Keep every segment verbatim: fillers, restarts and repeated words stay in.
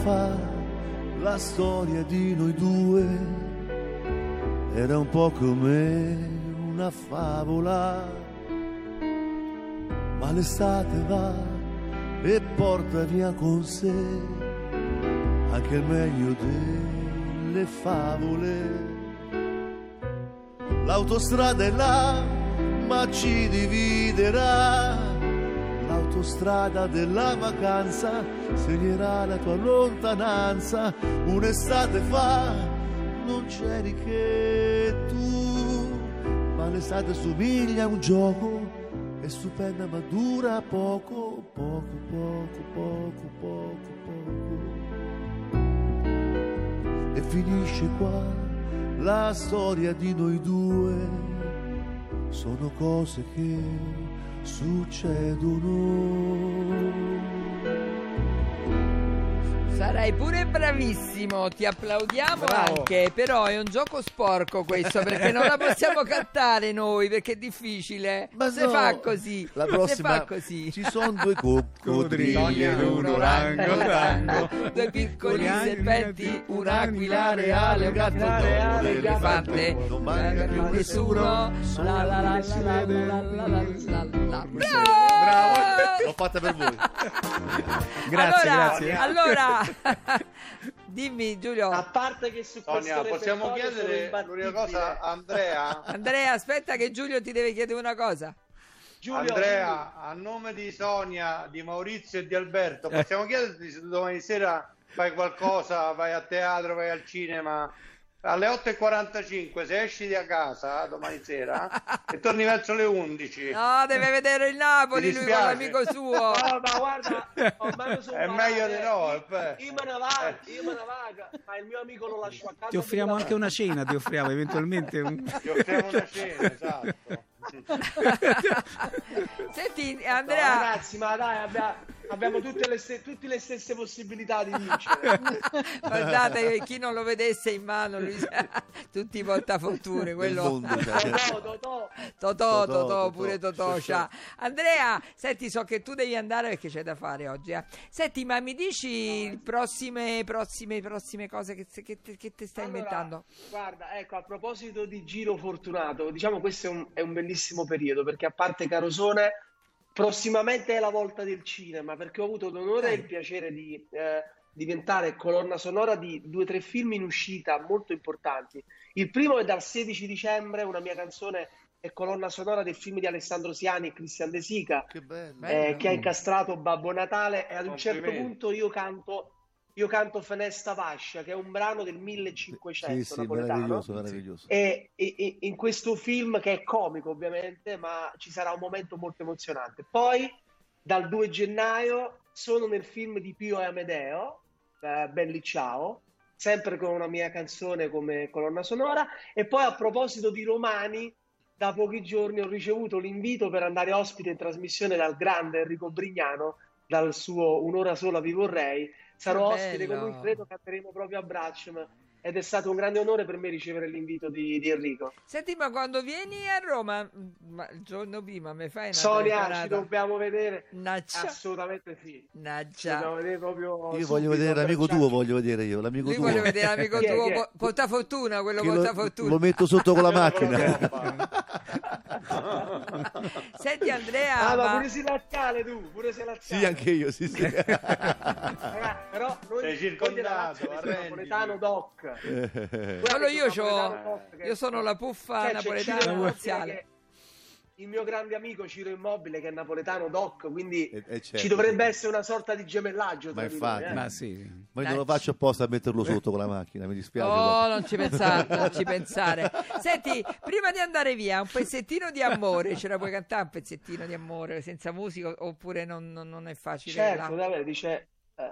fa la storia di noi due era un po' come una favola, ma l'estate va e porta via con sé anche il meglio delle favole. L'autostrada è là, ma ci dividerà. L'autostrada della vacanza segnerà la tua lontananza. Un'estate fa non c'eri che tu, ma l'estate somiglia a un gioco, è stupenda ma dura poco, poco, poco, poco, poco, poco. E finisce qua la storia di noi due, sono cose che succedono. Sarai pure bravissimo, ti applaudiamo. Bravo. Anche, però è un gioco sporco questo, perché non la possiamo cantare noi, perché è difficile. Ma se no, fa così, la prossima se fa così. Ci sono due coccodrilli e un orango, due piccoli serpenti, un'aquila reale, un gatto, un elefante, non manca più nessuno. La la la la la la la la. Bravo! L'ho fatta per voi. Grazie, allora, grazie. Allora, dimmi Giulio. A parte che su Sonia, possiamo chiedere l'unica cosa a Andrea? Andrea, aspetta che Giulio ti deve chiedere una cosa. Giulio, Andrea, a nome di Sonia, di Maurizio e di Alberto, possiamo chiederti se domani sera fai qualcosa, vai a teatro, vai al cinema? Alle otto e quarantacinque, se esci da casa domani sera e torni verso le undici. No, deve vedere il Napoli lui con l'amico suo. No, ma guarda, ormai sono è meglio di no. Io, io me ne vado, io me ne vado, ma il mio amico lo lascio a casa. Ti offriamo anche una cena, ti offriamo eventualmente un... Ti offriamo una cena, esatto. Senti Andrea, no, ragazzi, ma dai, abbiamo, abbiamo tutte, le st- tutte le stesse possibilità di vincere. Guardate, chi non lo vedesse in mano lui, tutti i portafortune, quello Totò, Totò, Totò, Totò, pure Totò. Andrea, senti, so che tu devi andare perché c'è da fare oggi, eh. Senti, ma mi dici prossime prossime prossime cose che, che, che ti stai allora, inventando? Guarda, ecco, a proposito di Giro Fortunato, diciamo questo è un, è un bellissimo periodo, perché a parte Carosone prossimamente è la volta del cinema, perché ho avuto l'onore e il piacere di eh, diventare colonna sonora di due o tre film in uscita molto importanti. Il primo è dal sedici dicembre, una mia canzone è colonna sonora del film di Alessandro Siani e Christian De Sica, che, bello, eh, che ha incastrato Babbo Natale, e ad un certo punto io canto io canto Fenesta Vascia, che è un brano del millecinquecento, sì, sì, napoletano, meraviglioso, meraviglioso. E, e in questo film, che è comico ovviamente, ma ci sarà un momento molto emozionante. Poi dal due gennaio sono nel film di Pio e Amedeo, eh, Belli Ciao, sempre con una mia canzone come colonna sonora. E poi, a proposito di romani, da pochi giorni ho ricevuto l'invito per andare ospite in trasmissione dal grande Enrico Brignano, dal suo Un'ora sola vi vorrei. Sarò ospite con lui, credo canteremo proprio a Braccium, ed è stato un grande onore per me ricevere l'invito di, di Enrico. Senti, ma quando vieni a Roma, ma il giorno prima mi fai una Sonia, telefonata? ci dobbiamo vedere. Naccia. Assolutamente sì. Naccia. Dobbiamo vedere proprio io voglio vedere l'amico tuo, voglio vedere io l'amico lui tuo. voglio vedere l'amico Chi è, tuo, chi è? po- portafortuna, quello Che portafortuna. Lo, lo metto sotto con la macchina. Senti Andrea, ah, ma, ma pure sei laziale tu, pure sei laziale. Sì, anche io, sì, sì. Raga, però noi sei circondato, napoletano doc. solo io c'ho, io sono la puffa cioè, napoletana marziale. Il mio grande amico Ciro Immobile, che è napoletano doc, quindi E, e certo, ci dovrebbe essere una sorta di gemellaggio ma tra di infatti, noi, eh? Ma sì. ma io non lo faccio apposta a metterlo sotto con la macchina, mi dispiace. Oh, non ci pensare, non ci pensare. Senti, prima di andare via, un pezzettino di amore, ce la puoi cantare un pezzettino di amore senza musica, oppure non, non, non è facile? Certo, là? vabbè, dice eh,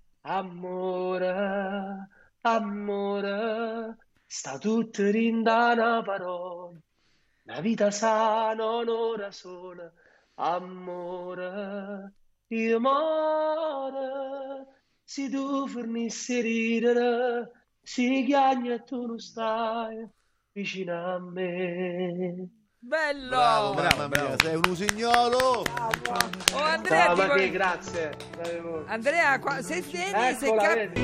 amore, amore, sta tutto rindana parola, la vita sana un'ora sola, amore, io amore, se tu fornissi ridere, si chiagna e tu non stai vicino a me. Bello! Bravo, Bravo, mamma bravo. mia, sei un usignolo! Oh, Andrea, No, ti ma voglio- che grazie. Prego. Andrea, qua- se vieni, se Eccola, cap- vedi?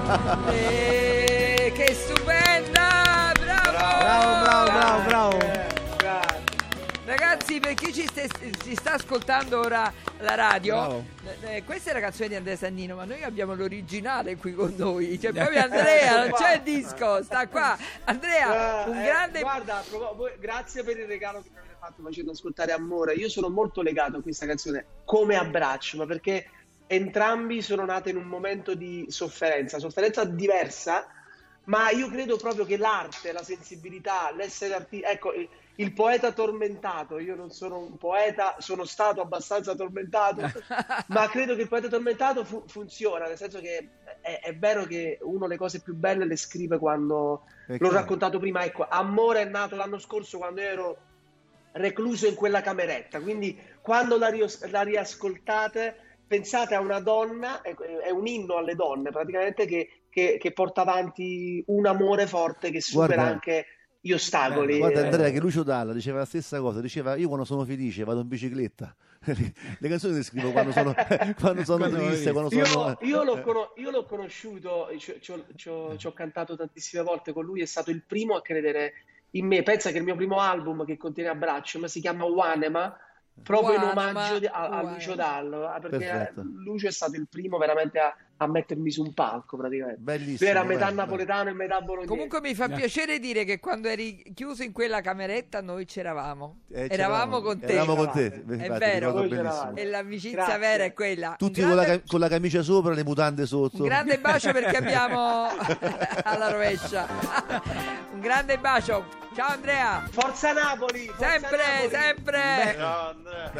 Eh, che stupenda! Bravo! Bravo, bravo, bravo, bravo. Eh, grazie. Ragazzi, per chi ci, ste- ci sta ascoltando ora la radio, Bravo. eh, eh, questa è la canzone di Andrea Sannino, ma noi abbiamo l'originale qui con noi. C'è proprio Andrea, non c'è il disco, sta qua. Andrea, un Eh, grande. Guarda, prov- voi- grazie per il regalo che mi avete fatto facendo ascoltare Amore. Io sono molto legato a questa canzone come abbraccio, ma perché entrambi sono nate in un momento di sofferenza, sofferenza diversa, ma io credo proprio che l'arte, la sensibilità, l'essere artista, ecco, il, il poeta tormentato, io non sono un poeta, sono stato abbastanza tormentato, ma credo che il poeta tormentato fu- funziona, nel senso che è, è vero che uno le cose più belle le scrive quando, È l'ho chiaro. raccontato prima, ecco, Amore è nato l'anno scorso quando ero recluso in quella cameretta, quindi quando la, rios- la riascoltate pensate a una donna, è, è un inno alle donne praticamente che, che- che porta avanti un amore forte che supera Guarda- anche gli ostacoli. Guarda Eh, Andrea, che Lucio Dalla diceva la stessa cosa, diceva io quando sono felice vado in bicicletta. Le canzoni le scrivo quando sono, quando sono Quando triste, quando Io, sono... io l'ho, cono- io l'ho conosciuto, ci, ci ho, ci ho- ci ho cantato tantissime volte con lui, è stato il primo a credere in me. Pensa che il mio primo album che contiene Abbraccio, ma si chiama Wanema, proprio in Wanema, omaggio di- a, a Wanema. Lucio Dallo, eh, perché Perfetto. Lucio è stato il primo veramente a, a mettermi su un palco praticamente. Bellissimo. Lui era metà bello, napoletano e metà bolognese. Comunque mi fa Eh. piacere dire che quando eri chiuso in quella cameretta noi c'eravamo. bello. Eh, Eravamo c'eravamo- con te. Eravamo con te, È infatti, vero. ricordo Noi benissimo. c'eravamo. E l'amicizia Grazie. vera è quella. Tutti Un con la, grande- cam- con la camicia sopra, le mutande sotto. Un grande bacio perché abbiamo alla rovescia. Un grande bacio. Ciao Andrea. Forza Napoli! Forza Sempre, Napoli! sempre. Ciao Andrea.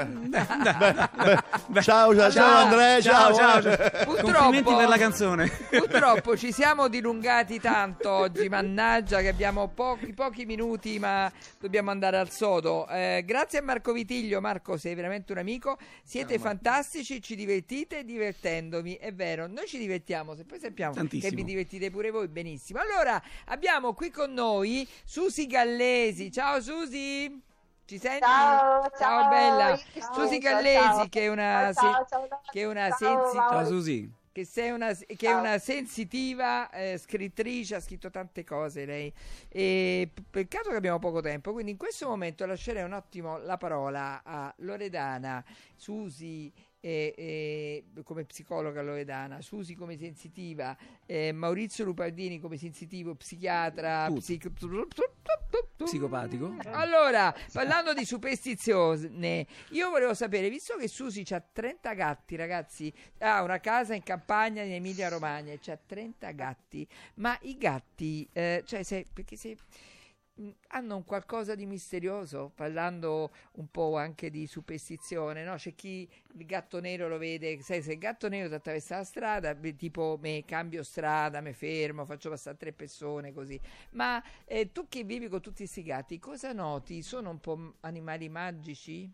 Ciao, ciao, ciao Allora, Andrea, ciao. Ciao, ciao. Purtroppo, Complimenti per la canzone. purtroppo ci siamo dilungati tanto oggi, mannaggia che abbiamo pochi, pochi minuti ma dobbiamo andare al sodo. Eh, grazie a Marco Vitiglio. Marco, sei veramente un amico, siete fantastici, ci divertite divertendomi, è vero, noi ci divertiamo, se poi sappiamo Tantissimo. che vi divertite pure voi, benissimo. Allora, abbiamo qui con noi Susi Gallesi. Ciao Susi. Ci senti? Ciao, ciao, bella. ciao, Susi ciao, Gallesi ciao. che è una, Ciao, se- ciao, ciao, che è una ciao, sensi- Mauro. Ciao Susi. che, sei una, che è Ciao. una sensitiva eh, scrittrice, ha scritto tante cose lei. E p- peccato che abbiamo poco tempo, quindi in questo momento lascerei un attimo la parola a Loredana, Susi. E, e, come psicologa Loredana, Susi come sensitiva, eh, Maurizio Lupardini come sensitivo, psichiatra, Tutto. psic- Psicopatico. Allora, parlando di superstizione, io volevo sapere, visto che Susi ha trenta gatti, ragazzi, ha una casa in campagna in Emilia Romagna e c'ha trenta gatti, ma i gatti, eh, cioè se, perché se mh, hanno un qualcosa di misterioso, parlando un po' anche di superstizione, no? C'è chi il gatto nero lo vede, sai, se il gatto nero ti attraversa la strada, beh, tipo me cambio strada, mi fermo, faccio passare tre persone così, ma eh, tu che vivi con tutti questi gatti, cosa noti? Sono un po' m- animali magici?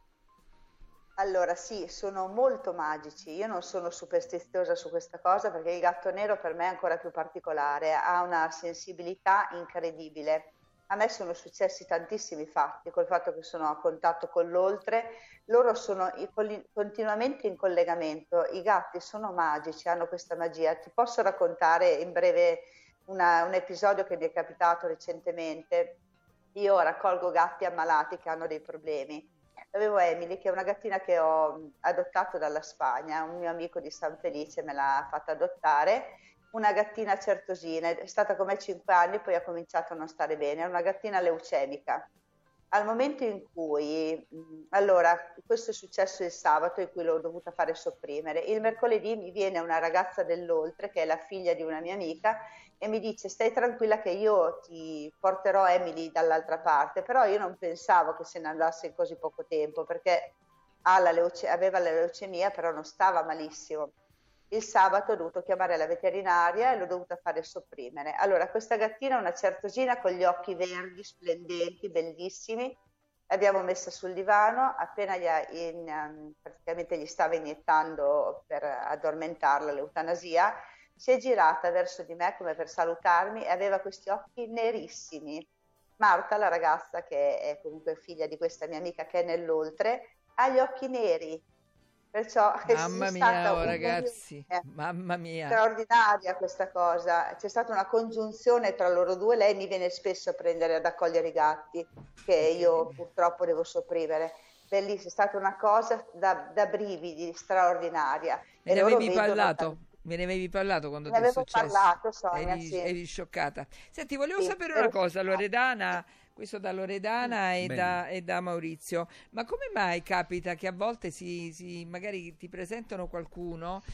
Allora, sì, sono molto magici. Io non sono superstiziosa su questa cosa perché il gatto nero per me è ancora più particolare, ha una sensibilità incredibile. A me sono successi tantissimi fatti col fatto che sono a contatto con l'oltre, loro sono i- colli- continuamente in collegamento, i gatti sono magici, hanno questa magia. Ti posso raccontare in breve una- un episodio che mi è capitato recentemente. Io raccolgo gatti ammalati che hanno dei problemi. Avevo Emily, che è una gattina che ho mh, adottato dalla Spagna, un mio amico di San Felice me l'ha fatta adottare, una gattina certosina, è stata con me cinque anni, poi ha cominciato a non stare bene, è una gattina leucemica. Al momento in cui, mh, allora, questo è successo il sabato in cui l'ho dovuta fare sopprimere, il mercoledì mi viene una ragazza dell'oltre, che è la figlia di una mia amica, e mi dice: stai tranquilla che io ti porterò Emily dall'altra parte, però io non pensavo che se ne andasse in così poco tempo, perché ha la leuce- aveva la leucemia, però non stava malissimo. Il sabato ho dovuto chiamare la veterinaria e l'ho dovuta fare sopprimere. Allora, questa gattina è una certosina con gli occhi verdi, splendenti, bellissimi. L'abbiamo messa sul divano, appena gli, ha in, um, praticamente gli stava iniettando per addormentarla l'eutanasia, si è girata verso di me come per salutarmi e aveva questi occhi nerissimi, Marta, la ragazza che è comunque figlia di questa mia amica che è nell'oltre, ha gli occhi neri, perciò è Mamma stata mia, oh, un- ragazzi, eh, mamma mia. straordinaria questa cosa. C'è stata una congiunzione tra loro due. Lei mi viene spesso a prendere ad accogliere i gatti che io purtroppo devo sopprimere. Bellissima, è stata una cosa da, da brividi, straordinaria. Me E ne loro avevi vedono parlato? tanto- Me ne avevi parlato quando Ne ti è avevo successo? parlato, Sonia, eri, sì. eri scioccata. Senti, volevo Sì, sapere ero una cosa, scioccata. Loredana, questo da Loredana e Bene. da, e da Maurizio, ma come mai capita che a volte si, si- magari ti presentano qualcuno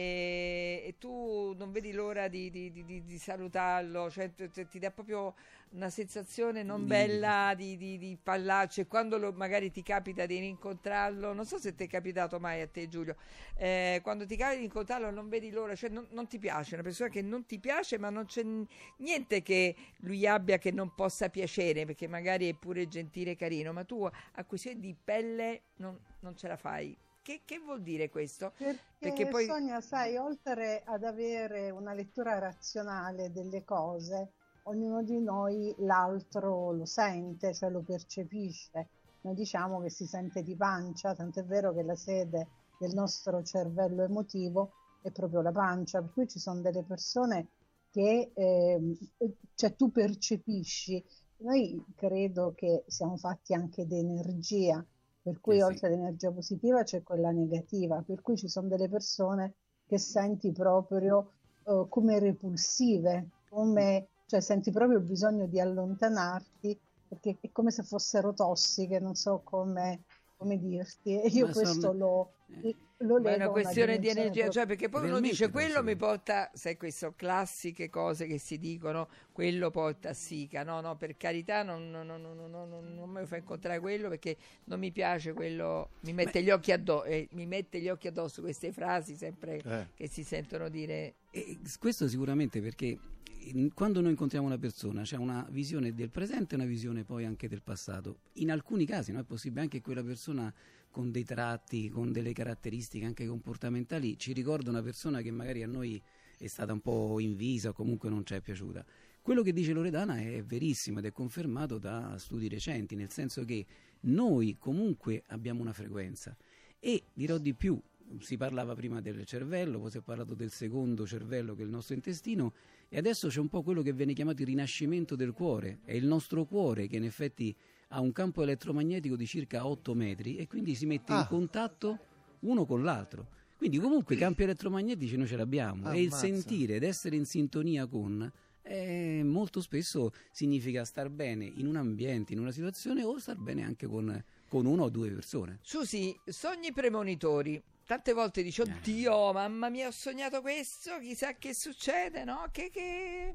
e, e tu non vedi l'ora di, di- di- di- di salutarlo, cioè t- t- ti dà proprio una sensazione non Di- bella di, di, di parlarci, e quando lo- magari ti capita di rincontrarlo, non so se ti è capitato mai a te, Giulio, eh, quando ti capita di incontrarlo non vedi l'ora, cioè non, non ti piace, una persona che non ti piace, ma non c'è n- niente che lui abbia che non possa piacere, perché magari è pure gentile e carino, ma tu a questione di pelle non, non ce la fai. Che, che vuol dire questo? Perché, Perché poi- Sonia, sai, oltre ad avere una lettura razionale delle cose, ognuno di noi l'altro lo sente, cioè lo percepisce. Noi diciamo che si sente di pancia, tant'è vero che la sede del nostro cervello emotivo è proprio la pancia, per cui ci sono delle persone che ehm, cioè tu percepisci. Noi credo che siamo fatti anche di energia, per cui Eh sì. oltre all'energia positiva c'è quella negativa, per cui ci sono delle persone che senti proprio eh, come repulsive, come, cioè senti proprio il bisogno di allontanarti perché è come se fossero tossiche, non so come, come dirti. E io Ma questo sono- lo, eh. lo Ma è leggo una a una questione di dimensione energia, proprio- cioè perché poi uno Realmente dice può quello essere. mi porta, sai, queste classiche cose che si dicono, quello porta a sica, no, no, per carità non, non, non, non, non, non- non mi fa incontrare quello perché non mi piace quello, mi mette gli occhi addosso, eh, mi mette gli occhi addosso, queste frasi sempre Eh. che si sentono dire. E questo sicuramente perché in- quando noi incontriamo una persona c'è una visione del presente e una visione poi anche del passato. In alcuni casi no, è possibile anche che quella persona con dei tratti, con delle caratteristiche anche comportamentali ci ricorda una persona che magari a noi è stata un po' invisa o comunque non ci è piaciuta. Quello che dice Loredana è verissimo ed è confermato da studi recenti, nel senso che noi comunque abbiamo una frequenza e dirò di più. Si parlava prima del cervello, poi si è parlato del secondo cervello che è il nostro intestino e adesso c'è un po' quello che viene chiamato il rinascimento del cuore. È il nostro cuore che in effetti ha un campo elettromagnetico di circa otto metri e quindi si mette in Ah. contatto uno con l'altro. Quindi comunque i campi elettromagnetici noi ce l'abbiamo e il Ammazza. sentire ed essere in sintonia con eh, molto spesso significa star bene in un ambiente, in una situazione o star bene anche con, con una o due persone. Susi, sogni premonitori. Tante volte dici, oddio, mamma mia, ho sognato questo, chissà che succede, no? Che, che...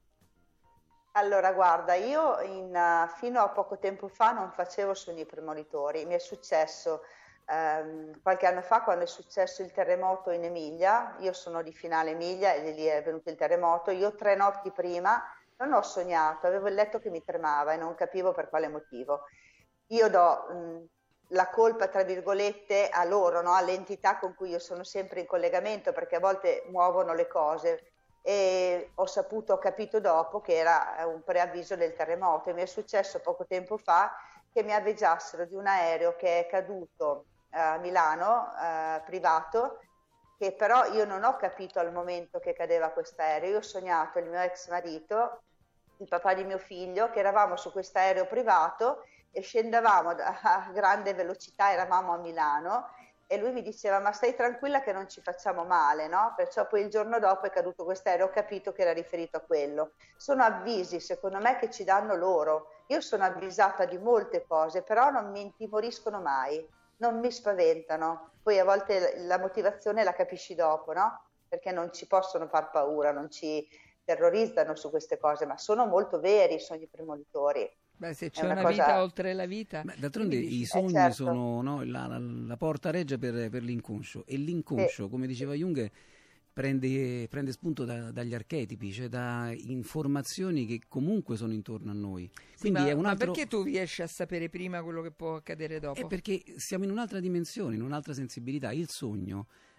Allora, guarda, io in, uh, fino a poco tempo fa non facevo sogni premonitori. Mi è successo ehm, qualche anno fa quando è successo il terremoto in Emilia. Io sono di Finale Emilia e lì è venuto il terremoto. Io tre notti prima non ho sognato, avevo il letto che mi tremava e non capivo per quale motivo. Io do mh, la colpa, tra virgolette, a loro, no? Alle entità con cui io sono sempre in collegamento, perché a volte muovono le cose. E ho saputo, ho capito dopo che era un preavviso del terremoto e mi è successo poco tempo fa che mi avvisassero di un aereo che è caduto a Milano, eh, privato, che però io non ho capito al momento che cadeva quest'aereo. Io ho sognato il mio ex marito, il papà di mio figlio, che eravamo su quest'aereo privato e scendevamo a grande velocità, eravamo a Milano. E lui mi diceva, ma stai tranquilla che non ci facciamo male, no? Perciò poi il giorno dopo è caduto quest'aereo, ho capito che era riferito a quello. Sono avvisi, secondo me, che ci danno loro. Io sono avvisata di molte cose, però non mi intimoriscono mai, non mi spaventano. Poi a volte la motivazione la capisci dopo, no? Perché non ci possono far paura, non ci terrorizzano su queste cose, ma sono molto veri i sogni premonitori. Beh, se È c'è una una, cosa- vita oltre la vita. Beh, d'altronde quindi dici, i sogni certo. sono no, la, la- la porta reggia per, per l'inconscio e l'inconscio, come diceva Jung, prende, prende spunto da- dagli archetipi, cioè da informazioni che comunque sono intorno a noi. sì, Quindi ma, è un ma altro... perché tu riesci a sapere prima quello che può accadere dopo? È perché siamo in un'altra dimensione, in un'altra sensibilità. Il sogno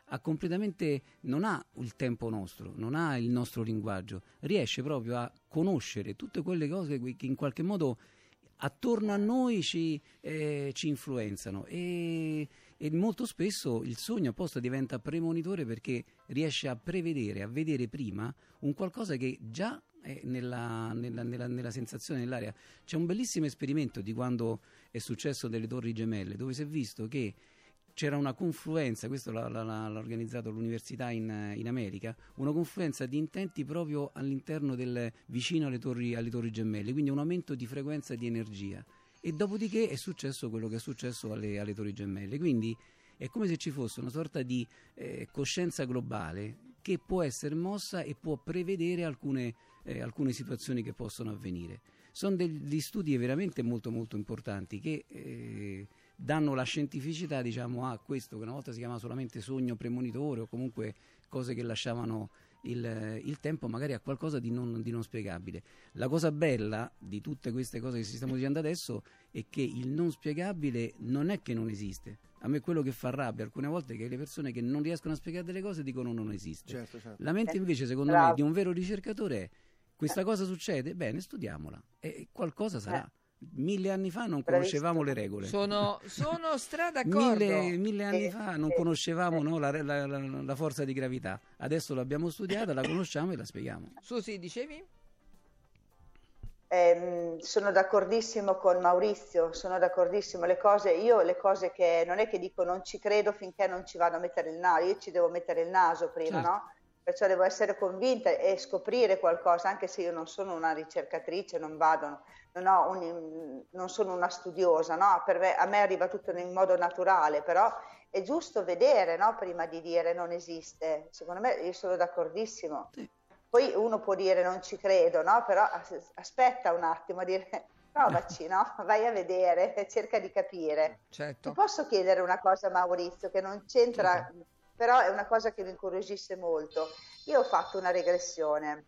ha completamente, non ha il tempo nostro, non ha il nostro linguaggio, riesce proprio a conoscere tutte quelle cose che in qualche modo attorno a noi ci, eh, ci influenzano, e, e molto spesso il sogno apposta diventa premonitore perché riesce a prevedere, a vedere prima un qualcosa che già è nella, nella, nella, nella sensazione, nell'aria. C'è un bellissimo esperimento di quando è successo delle Torri Gemelle, dove si è visto che c'era una confluenza, questo l'ha, l'ha, l'ha organizzato l'università in, in America, una confluenza di intenti proprio all'interno del vicino alle torri, alle torri gemelle, quindi un aumento di frequenza di energia, e dopodiché è successo quello che è successo alle, alle torri gemelle. Quindi è come se ci fosse una sorta di eh, coscienza globale che può essere mossa e può prevedere alcune, eh, alcune situazioni che possono avvenire. Sono degli studi veramente molto molto importanti che eh, danno la scientificità, diciamo, a questo che una volta si chiamava solamente sogno premonitore, o comunque cose che lasciavano il, il tempo magari a qualcosa di non, di non spiegabile. La cosa bella di tutte queste cose che si stiamo dicendo adesso è che il non spiegabile non è che non esiste. A me quello che fa rabbia alcune volte è che le persone che non riescono a spiegare delle cose dicono non esiste. Certo, certo. La mente invece, secondo Bravo. me, di un vero ricercatore è: questa cosa succede? Bene, studiamola, e qualcosa sarà. Eh. Mille anni fa non Bravissimo. conoscevamo le regole. Sono, sono stra d'accordo. Mille, mille anni Eh, fa non eh, conoscevamo eh. no, la, la- la- la forza di gravità. Adesso l'abbiamo studiata, la conosciamo e la spieghiamo. Susi, dicevi? Ehm, sono d'accordissimo con Maurizio, sono d'accordissimo. Le cose, io le cose che non è che dico non ci credo finché non ci vado a mettere il naso, io ci devo mettere il naso prima, Certo. no? Perciò devo essere convinta e scoprire qualcosa, anche se io non sono una ricercatrice, non vado, non, ho un- non sono una studiosa, no? Per me, a me arriva tutto in modo naturale, però è giusto vedere, no? Prima di dire non esiste. Secondo me io sono d'accordissimo. Sì. Poi uno può dire non ci credo, no? Però as- aspetta un attimo a dire provaci, no? Vai a vedere, cerca di capire. Ti Certo. posso chiedere una cosa, Maurizio, che non c'entra, però è una cosa che mi incuriosisce molto. Io ho fatto una regressione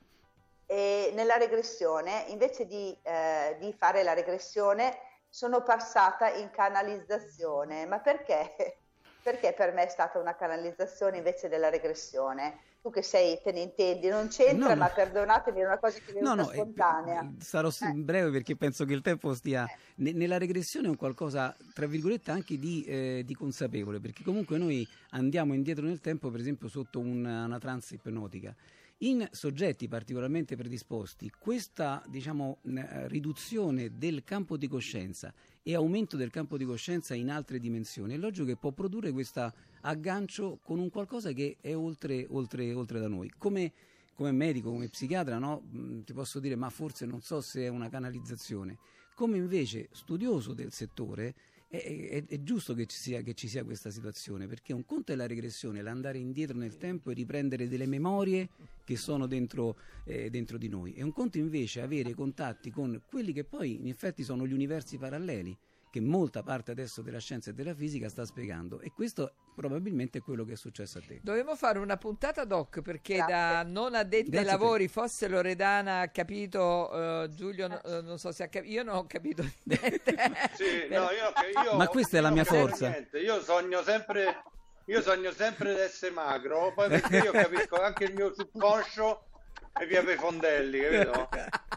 e nella regressione, invece di, eh, di fare la regressione, sono passata in canalizzazione. Ma perché? Perché per me è stata una canalizzazione invece della regressione? Tu che sei, te ne intendi, non c'entra, No, no. ma perdonatemi, è una cosa che mi è No, venuta no, eh, spontanea. eh, sarò s- Eh. breve perché penso che il tempo stia... ne- nella regressione è un qualcosa, tra virgolette, anche di, eh, di consapevole, perché comunque noi andiamo indietro nel tempo, per esempio sotto un- una trance ipnotica. In soggetti particolarmente predisposti, questa, diciamo, n- riduzione del campo di coscienza e aumento del campo di coscienza in altre dimensioni, è logico che può produrre questo aggancio con un qualcosa che è oltre, oltre, oltre da noi. Come, come medico, come psichiatra, no? Mh, ti posso dire, ma forse non so se è una canalizzazione. Come invece studioso del settore, è, è- è giusto che ci sia, che ci sia questa situazione, perché un conto è la regressione, l'andare indietro nel tempo e riprendere delle memorie che sono dentro, eh, dentro di noi, e un conto invece avere contatti con quelli che poi in effetti sono gli universi paralleli, che molta parte adesso della scienza e della fisica sta spiegando, e questo probabilmente è quello che è successo a te. Dovremmo fare una puntata doc perché Grazie. da non addetta ai Grazie a te. lavori, fosse Loredana ha capito, eh, Giulio no- eh, non so se ha capito, io non ho capito niente. Sì, Però- no, io, io- Ma questa è io la non mia capisco forza. niente. Io sogno sempre, io sogno sempre di essere magro, poi perché io capisco anche il mio subconscio e via per i fondelli, capito?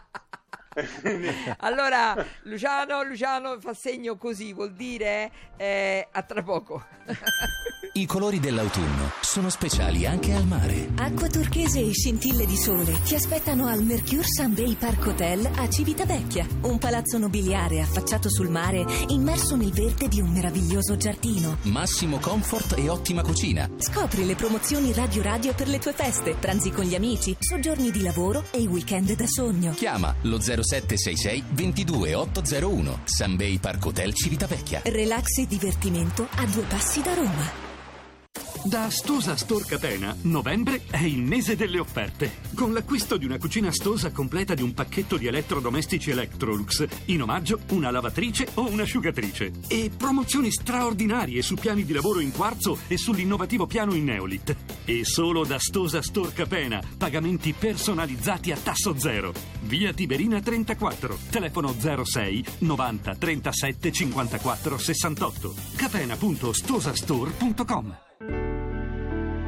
Allora, Luciano, Luciano fa segno così, vuol dire eh, a tra poco. I colori dell'autunno sono speciali anche al mare. Acqua turchese e scintille di sole ti aspettano al Mercure Sun Bay Park Hotel a Civitavecchia, un palazzo nobiliare affacciato sul mare, immerso nel verde di un meraviglioso giardino. Massimo comfort e ottima cucina. Scopri le promozioni Radio Radio per le tue feste, pranzi con gli amici, soggiorni di lavoro e i weekend da sogno. Chiama lo zero sette sei sei ventidue ottocentouno. Sun Bay Park Hotel Civitavecchia. Relax e divertimento a due passi da Roma. Da Stosa Store Catena, novembre è il mese delle offerte. Con l'acquisto di una cucina Stosa completa di un pacchetto di elettrodomestici Electrolux, in omaggio una lavatrice o un'asciugatrice. E promozioni straordinarie su piani di lavoro in quarzo e sull'innovativo piano in Neolit. E solo da Stosa Store Catena, pagamenti personalizzati a tasso zero. Via Tiberina trentaquattro, telefono zero sei novanta trentasette cinquantaquattro sessantotto. catena punto stosastore punto com.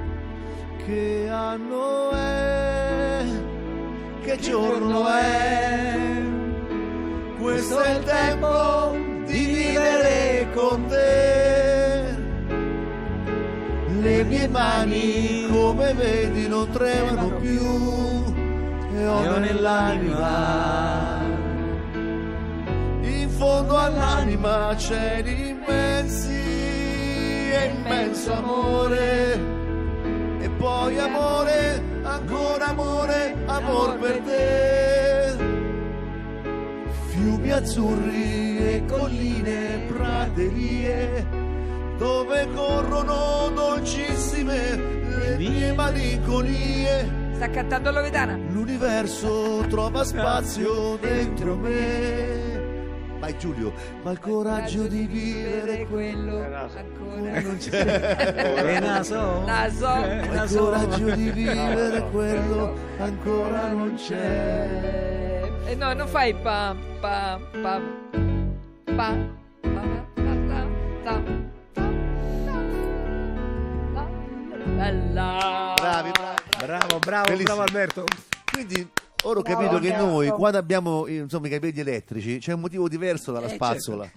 che anno è, che giorno è, questo è il tempo di vivere con te. Le mie mani, come vedi, non tremano più e ho nell'anima, in fondo all'anima cieli immensi e immenso amore, e poi amore, ancora amore, amor per te. Fiumi azzurri e colline, praterie, dove corrono dolcissime le mie malinconie. Sta cantando Loredana. L'universo trova spazio dentro me. Vai Giulio, ma il coraggio di vivere quello ancora non c'è. Naso. Naso. Ma il coraggio di vivere quello ancora non c'è. E no, non fai pam pam pam pam pam pam pam. Bella. Bravi, bravi. Bravo, bravo, Bellissimo. bravo Alberto. Quindi ora ho capito Bravo, che Alberto. noi quando abbiamo insomma i capelli elettrici c'è un motivo diverso dalla Eh, spazzola.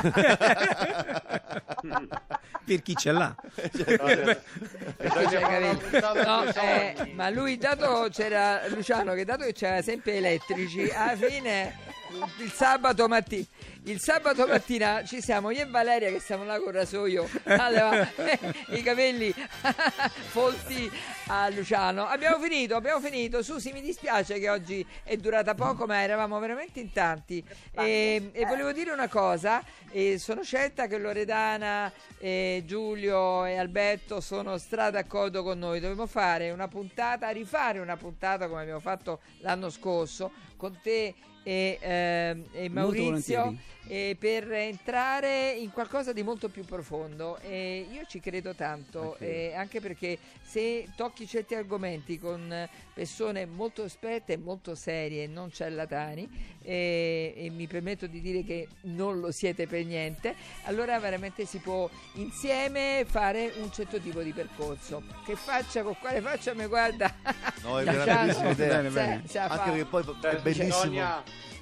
Per chi ce l'ha. Perché c'è i capelli. No, eh, ma lui dato c'era Luciano che dato che c'era sempre elettrici, alla fine il sabato mattina il sabato mattina ci siamo io e Valeria che siamo là col rasoio allora, eh, i capelli folti a Luciano. Abbiamo finito, abbiamo finito. Susi, mi dispiace che oggi è durata poco, ma eravamo veramente in tanti e, e volevo dire una cosa, e sono certa che Loredana, eh, Giulio e Alberto sono stra d'accordo con noi. Dobbiamo fare una puntata, rifare una puntata come abbiamo fatto l'anno scorso con te e, eh, e Maurizio, eh, per entrare in qualcosa di molto più profondo, e io ci credo tanto, eh, anche perché se tocchi certi argomenti con persone molto esperte e molto serie, non ciarlatani, eh, e mi permetto di dire che non lo siete per niente, allora veramente si può insieme fare un certo tipo di percorso. Che faccia, con quale faccia mi guarda? No, è Luciano, una bellissima idea. Bene, bene. se- se la Anche fa. perché poi è bellissimo. Sonia,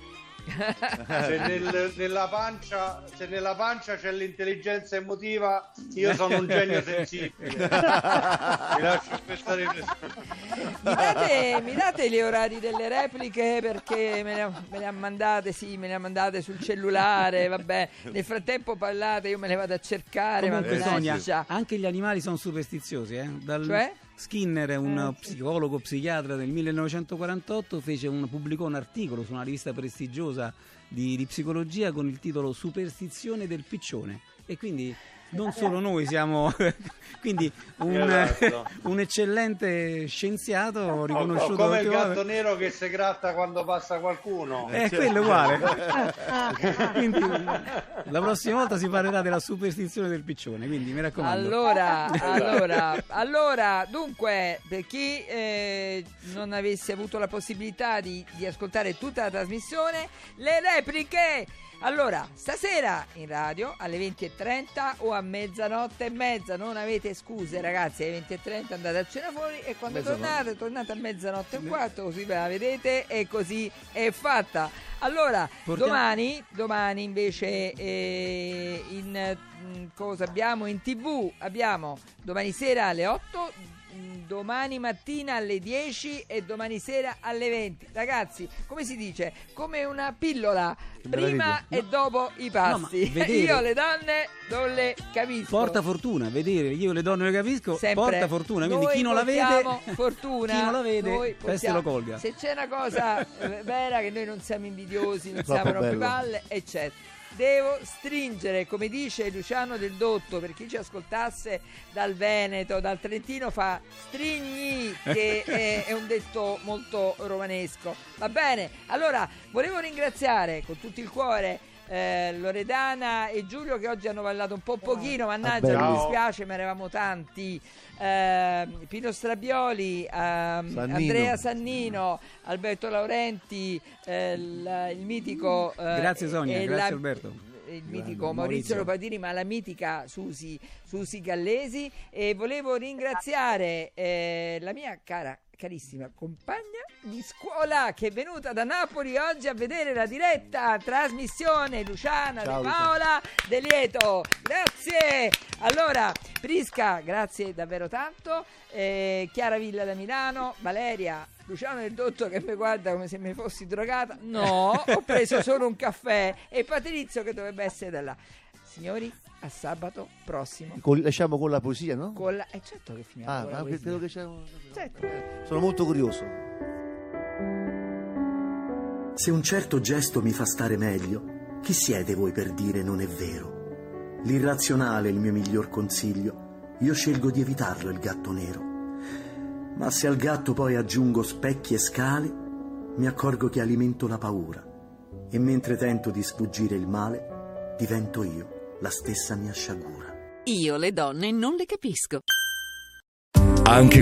se nel- nella pancia se nella pancia c'è l'intelligenza emotiva, io sono un genio sensibile. Vi lascio questa riflessione. Mi date, mi date gli orari delle repliche, perché me le, ha- me le ha mandate, sì, me le ha mandate sul cellulare, vabbè, nel frattempo parlate, io me le vado a cercare. Comunque, mannaggia. Sonia, anche gli animali sono superstiziosi, eh? Dal Cioè? Skinner, un psicologo psichiatra del millenovecentoquarantotto, fece un, pubblicò un articolo su una rivista prestigiosa di, di psicologia con il titolo Superstizione del piccione, e quindi non solo noi siamo quindi un, Esatto. un eccellente scienziato O- o riconosciuto come il tutte- gatto nero che si gratta quando passa qualcuno. Eh, quello è uguale. Quindi la prossima volta si parlerà della superstizione del piccione, quindi mi raccomando. Allora, allora, allora, dunque, per chi eh, non avesse avuto la possibilità di, di ascoltare tutta la trasmissione, le repliche. Allora, stasera in radio alle venti e trenta o a mezzanotte e mezza, non avete scuse ragazzi, alle venti e trenta andate a cena fuori e quando Mezzanotte. tornate, tornate a mezzanotte e un quarto, così ve la vedete e così è fatta. Allora, Portiamo- domani, domani invece eh, in mm, cosa abbiamo? In tv abbiamo domani sera alle otto, mm, domani mattina alle dieci e domani sera alle venti. Ragazzi, come si dice? Come una pillola, bella prima video. e dopo i pasti. No, ma vedere- Io le donne non le capisco. Porta fortuna, vedere, io le donne le capisco, Sempre. porta fortuna, quindi Noi chi non la vede, portiamo fortuna, chi non la vede, noi peste portiamo- lo colga. Se c'è una cosa eh, vera, che noi non siamo invidiosi, non Troppo siamo bello. rompipalle, eccetera. Devo stringere, come dice Luciano Del Dotto, per chi ci ascoltasse dal Veneto, dal Trentino, fa strigni, che è, è un detto molto romanesco. Va bene, allora volevo ringraziare con tutto il cuore eh, Loredana e Giulio, che oggi hanno ballato un po' pochino, mannaggia, bello. mi dispiace, ma eravamo tanti. Eh, Pino Strabioli, ehm, Andrea Sannino, Alberto Laurenti, eh, il, il mitico eh, Grazie Sonia, e grazie la- Alberto. il il mitico Maurizio Lopatini, ma la mitica Susi, Susi Gallesi. E volevo ringraziare eh, la mia cara carissima compagna di scuola che è venuta da Napoli oggi a vedere la diretta trasmissione, Luciana Ciao, De Paola De Lieto. Grazie. Allora Prisca, grazie davvero tanto. eh, Chiara Villa da Milano, Valeria, Luciano del Dotto che mi guarda come se mi fossi drogata. No, ho preso solo un caffè. E Patrizio che dovrebbe essere da là. Signori, a sabato prossimo. Con, lasciamo con la poesia, no? Con la... Eh certo che finiamo Ah, con la ma poesia. credo che c'è un... Certo. Sono molto curioso. Se un certo gesto mi fa stare meglio, chi siete voi per dire non è vero? L'irrazionale è il mio miglior consiglio, io scelgo di evitarlo il gatto nero. Ma se al gatto poi aggiungo specchi e scale, mi accorgo che alimento la paura. E mentre tento di sfuggire il male, divento io la stessa mia sciagura. Io le donne non le capisco. Anche